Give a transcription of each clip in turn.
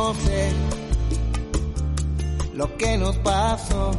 no sé lo que nos pasó.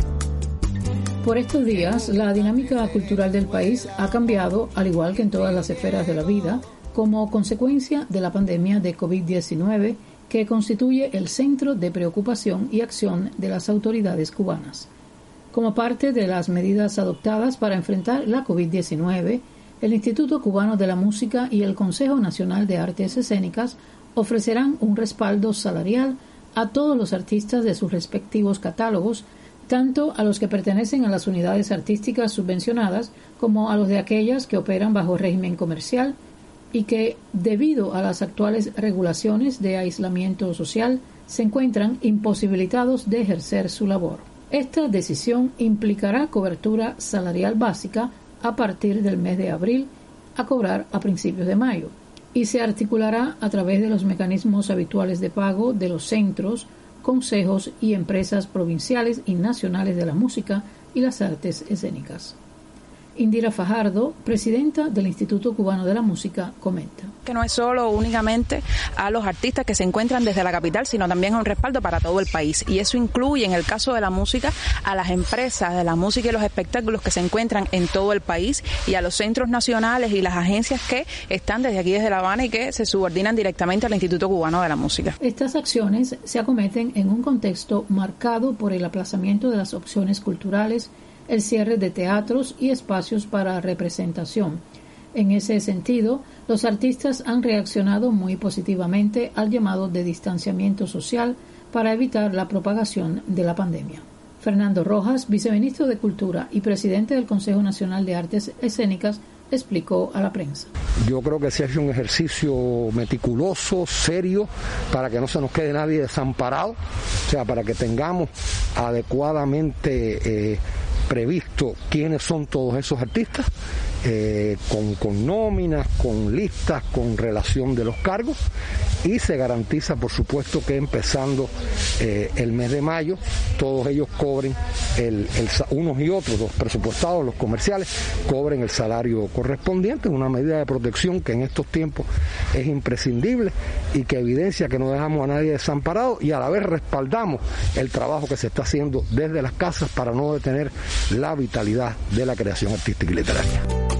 Por estos días, la dinámica cultural del país ha cambiado, al igual que en todas las esferas de la vida, como consecuencia de la pandemia de COVID-19, que constituye el centro de preocupación y acción de las autoridades cubanas. Como parte de las medidas adoptadas para enfrentar la COVID-19, el Instituto Cubano de la Música y el Consejo Nacional de Artes Escénicas ofrecerán un respaldo salarial a todos los artistas de sus respectivos catálogos, tanto a los que pertenecen a las unidades artísticas subvencionadas como a los de aquellas que operan bajo régimen comercial y que, debido a las actuales regulaciones de aislamiento social, se encuentran imposibilitados de ejercer su labor. Esta decisión implicará cobertura salarial básica a partir del mes de abril, a cobrar a principios de mayo, y se articulará a través de los mecanismos habituales de pago de los centros, consejos y empresas provinciales y nacionales de la música y las artes escénicas. Indira Fajardo, presidenta del Instituto Cubano de la Música, comenta. Que no es solo únicamente a los artistas que se encuentran desde la capital, sino también es un respaldo para todo el país. Y eso incluye, en el caso de la música, a las empresas de la música y los espectáculos que se encuentran en todo el país y a los centros nacionales y las agencias que están desde aquí, desde La Habana, y que se subordinan directamente al Instituto Cubano de la Música. Estas acciones se acometen en un contexto marcado por el aplazamiento de las opciones culturales, el cierre de teatros y espacios para representación. En ese sentido, los artistas han reaccionado muy positivamente al llamado de distanciamiento social para evitar la propagación de la pandemia. Fernando Rojas, viceministro de Cultura y presidente del Consejo Nacional de Artes Escénicas, explicó a la prensa. Yo creo que se ha hecho un ejercicio meticuloso, serio, para que no se nos quede nadie desamparado, o sea, para que tengamos adecuadamente previsto quiénes son todos esos artistas, con nóminas, con listas, con relación de los cargos, y se garantiza, por supuesto, que empezando el mes de mayo, todos ellos cobren, unos y otros, los presupuestados, los comerciales, cobren el salario correspondiente, una medida de protección que en estos tiempos es imprescindible y que evidencia que no dejamos a nadie desamparado, y a la vez respaldamos el trabajo que se está haciendo desde las casas para no detener la vitalidad de la creación artística y literaria.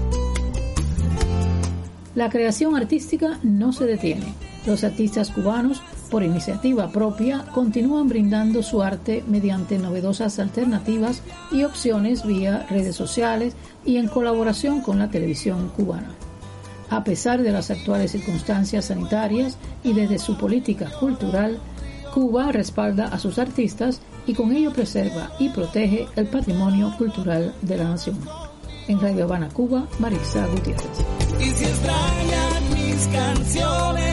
La creación artística no se detiene. Los artistas cubanos, por iniciativa propia, continúan brindando su arte mediante novedosas alternativas y opciones vía redes sociales y en colaboración con la televisión cubana. A pesar de las actuales circunstancias sanitarias y desde su política cultural, Cuba respalda a sus artistas y con ello preserva y protege el patrimonio cultural de la nación. En Radio Habana, Cuba, Marisa Gutiérrez. Y si extrañan mis canciones,